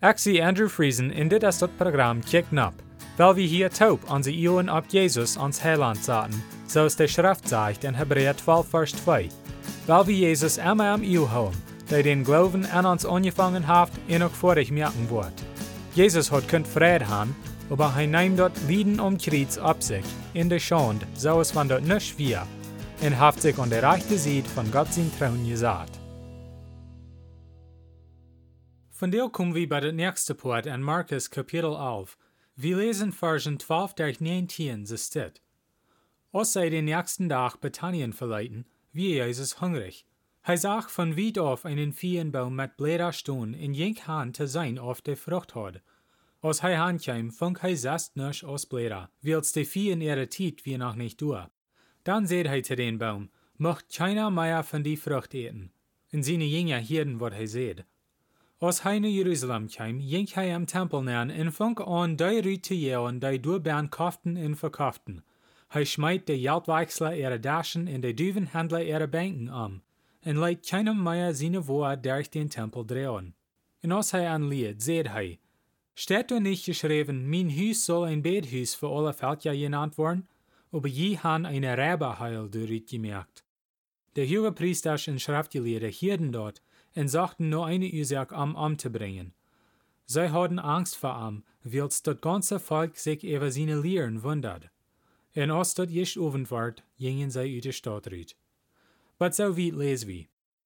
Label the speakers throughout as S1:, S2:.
S1: Ik zie Andrew Friesen in dit dat programma Kijk Nap, weil wir hier taub onze Ohren op Jesus ons Heiland zaten, zoals de Schrift zegt in Hebräer 12 vers 2. Weil wir Jesus immer am Eeuw houden, die den Glauben an ons angefangen heeft en ook vorig merken wordt. Jesus had kunt vrede haben, aber hij neemt dat Lieden Kreuz op zich, in de Schande, zoals van dat nisch wir, en heeft zich aan de rechte Seite von Gott zijn Thron gezet. Vandaag komen we bij het nächste Part in Markus Kapitel 11. Wir lesen Versen 12 durch 19, so steht. Als zij den nächsten Tag Bethanien verleiten, wie Jesus hungrig. Hij zag van weit af einen Vierenbaum met Blätter staan en ging aan te zijn of de Frucht had. Als hij aankwam, vond hij zest nisch aus Blätter, wils de Viehen ihre Tijd wie noch nicht door. Dan zei hij te den Baum, mocht keiner mehr von die Frucht eten. En seine Jünger hielden wat hij zei. Als hij naar Jeruzalem kwam, ging hij am Tempel neer en vond aan die ruit te jeuwen die doorbaan koften en verkoften. Hij smijt de geldwechsler ihre Daschen en de duivenhandler ihre banken om, en leidt keinem meer zijn woord durch den Tempel drehen. En als hij aanleed, zei hij, steht er nicht geschreven, mijn huis soll ein Bethuis für alle Völker genannt worden, aber je han eine Räberheil daaruit gemerkt. De Hogepriesters en Schriftgeleerden hielden dort en zochten nur eine Ursache om te brengen. Zij hadden angst voor wils dat ganze Volk zich over zijn leeren wundert. En als dat eerst oven werd, gingen zij uit de stad uit. Maar zo weit lezen we.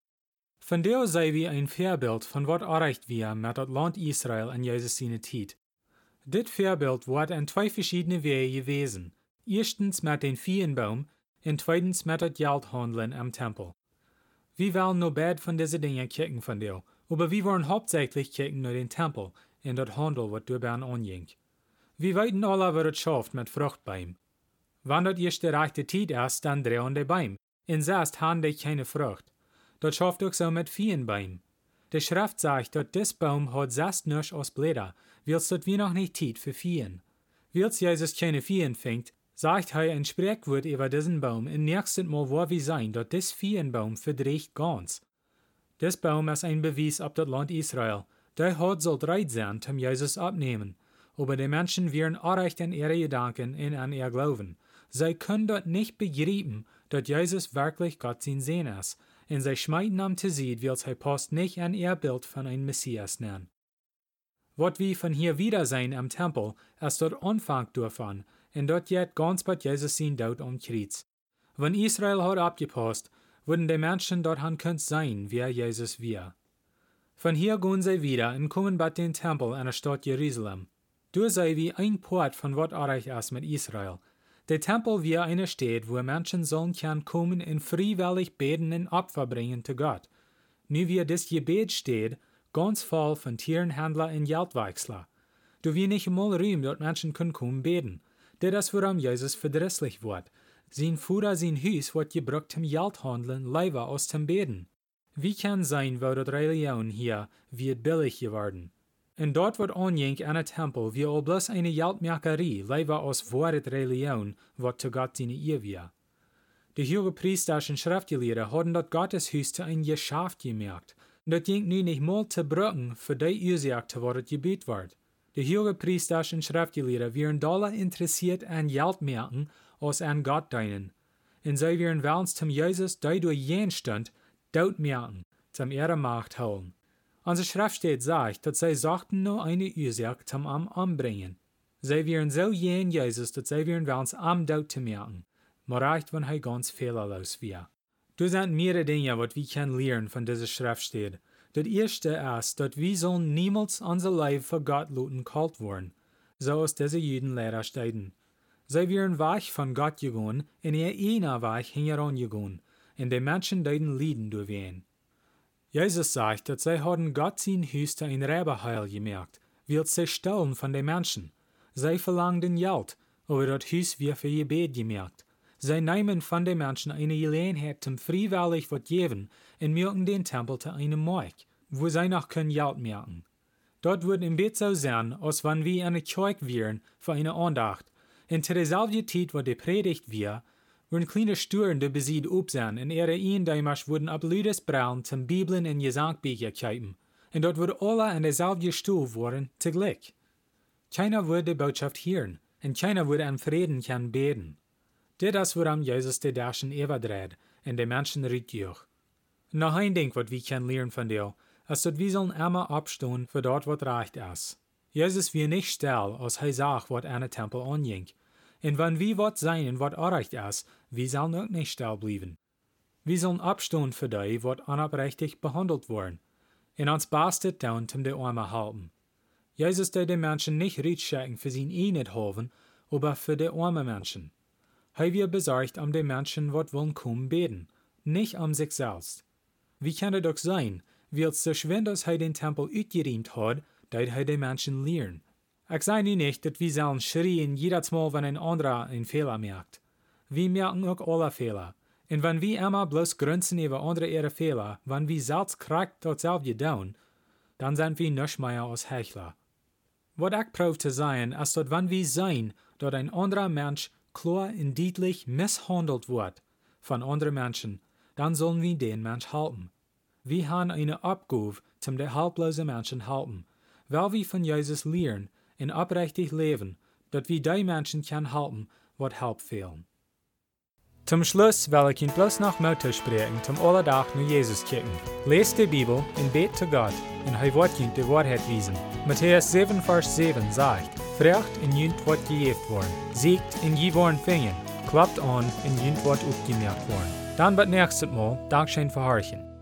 S1: Vandaar zijn we een voorbeeld van wat erreicht wir met het land Israël in Jezus zijn tijd. Dit voorbeeld wordt in twee verschillende wegen gewezen. Eerstens met den Vierenbaum en tweitens met het geldhandelen am Tempel. Wir wollen nur beide von diesen Dingen kijken vandaag, aber wir wollen hauptsächlich kijken naar den Tempel en dat handel wat daarbij anging. Wir weten alle wat het schafft met Fruchtbaum. Wann dat eerst de rechte tijd is, dan drehen de Baum, en zest han de keine Frucht. Dat schafft ook zo met Vierenbaum. De Schrift sagt, dat dis Baum hat zest nisch aus Blätter, wils dat wir noch nicht Tijd für Viehen. Wils Jesus keine Viehen fängt, sagt hij een spreekwoord over diesen Baum en nächstes Mal waar we zijn dat dis Vierenbaum verdreigt ganz. Dis Baum is een bewijs op dat land Israël. Die had zal reit zijn om Jesus opnemen. Aber die Menschen wären erreicht an ihre Gedanken en an ihr Glauben. Zij können dort nicht begreifen, dat Jesus wirklich Gott sein Sehen ist. En zij schmeiten am te zien, wils hij past nicht an ihr Bild von ein Messias nennen. Wat we van hier wieder zijn am Tempel, ist dort Anfang davon, en dat jet ganz bei Jesus zijn dood am Kreuz. Wenn Israel had abgepasst, würden die Menschen dort han kunt sein, wie Jesus wir. Von hier gehen sie wieder en kommen bei den Tempel in der Stadt Jerusalem. Du sei wie ein Port von wat erreicht ist mit Israel. Der Tempel wie eine Stadt, wo Menschen sollen kann kommen en freiwillig beten en Opfer bringen zu Gott. Nu wie dis Gebet steht, ganz voll von Tierenhändler en Geldwechsler. Du wie nicht einmal Ruhm, dort Menschen können kommen beten. Dit is waarom Jesus verdrisslich wordt. Zijn Vader zijn huis wordt gebruikt zum Geldhandeln, liever als zum Beten. Wie kan zijn waar dat religion hier wird billig geworden? En dort wordt aanjink aan het tempel wie al bloß eine Geldmacherie, liever als voor het religion, wat zu Gott zijn eer wir. De Hogepriesters en Schriftgeleerden hadden dat Gotteshuis zu ein Geschäft gemerkt. Dat ging nu nicht mal te brücken, für die Ursache te wat het gebied wordt. De Hogepriesters en Schriftgeleerden wären doller interessiert an Geldmerken als an Gott dienen. En zij wären wellens zum Jesus, die door jen stund, doodmerken, zum ihre Macht holen. Onze Schrift steht sagt, dat zij zochten nur eine Ursache zum am umbringen. Zij wären so jen Jesus, dat zij wären wellens am dood te merken. Maar echt, wenn hij ganz fehlerlos wär. Du sind mehrere Dinge, wat wir können lernen von dieser Schrift steht. Dat eerste is dat we zullen niemals onze Leib voor Gott laten kalt worden, zoals deze Juden leider steden. Zij wären weg van God gegaan en ene weg hingeran gegaan, en de mensen deden lijden doorheen. Jesus sagt, dat zij hadden Gott zijn huis te een Räberheil gemerkt, wils zij stelen van de mensen. Zij verlangden geld, aber dat huis weer voor gebed gemerkt. Zij nemen van de mensen eine Gelegenheit zum freiwillig wat geven en merken den Tempel te einem Markt, wo zij noch können Geld merken. Dort wird ein Bett so sein, als wenn wir eine Kirche wären für eine Andacht. En zu derselben Zeit, wo die Predigt wir, würden kleine Sturen de Besit op sein en ihre Eendäumers wurden ab Lüdes Braun zum Bibeln en Gesangbecher kijken. En dat we alle aan dezelfde stoel worden tegelijk. Keiner würde de boodschap hören, en keiner würde aan vreden gaan beden. Dit is waarom Jezus de Daschen everdreed en de mensen rietjoeg. Nog een ding wat we kunnen leren van deel, is dat we zullen immer opstaan voor dat wat recht is. Jezus wil niet stil als hij zag wat aan de tempel aanging. En wanneer we wat zijn en wat recht is, we zullen ook niet stil blijven. We zullen opstaan voor die wat onoprechtig behandeld worden. En ons beste doen om de armen helpen. Jezus deed de mensen niet rechtschecken voor zijn eigen hoven, maar voor de arme mensen. Hij wil bezorgd om de mensen wat willen komen beden, niet om zichzelf. Wie kan het ook zijn, want zo schwind als hij den tempel uitgeruimd had, dat hij de mensen leren. Ik zei nu niet dat we zullen schreien jedes Mal, wenn een ander een Fehler maakt. We merken ook alle Fehler. En wanneer we immer bloß grunzen over andere ihre Fehler, wanneer we zelfs krijgt datzelfde doen, dan zijn we niets meer als Hechler. Wat ik proef te zeggen, is dat wanneer we zien dat een andere mens klar en duidelijk mishandeld wordt van andere mensen, dan zullen we den mens helpen. We hebben een opgave om de helploze mensen helpen, weil we van Jezus leren en oprechtig leven, dat we die mensen kunnen helpen wat hulp fehlen. Zum Schluss will ich Ihnen bloß noch Mut spreken, zum alle Tag naar Jezus kijken. Lees de Bibel en bid zu Gott, en hij wordt Ihnen de waarheid wijzen. Matthäus 7, Vers 7 sagt, Vraagt en junt wordt gegeven worden. Ziekt en je worden vingen. Klapt aan en junt wordt opgemerkt worden. Dan het nächste Mal, Dankeschön für Horchen.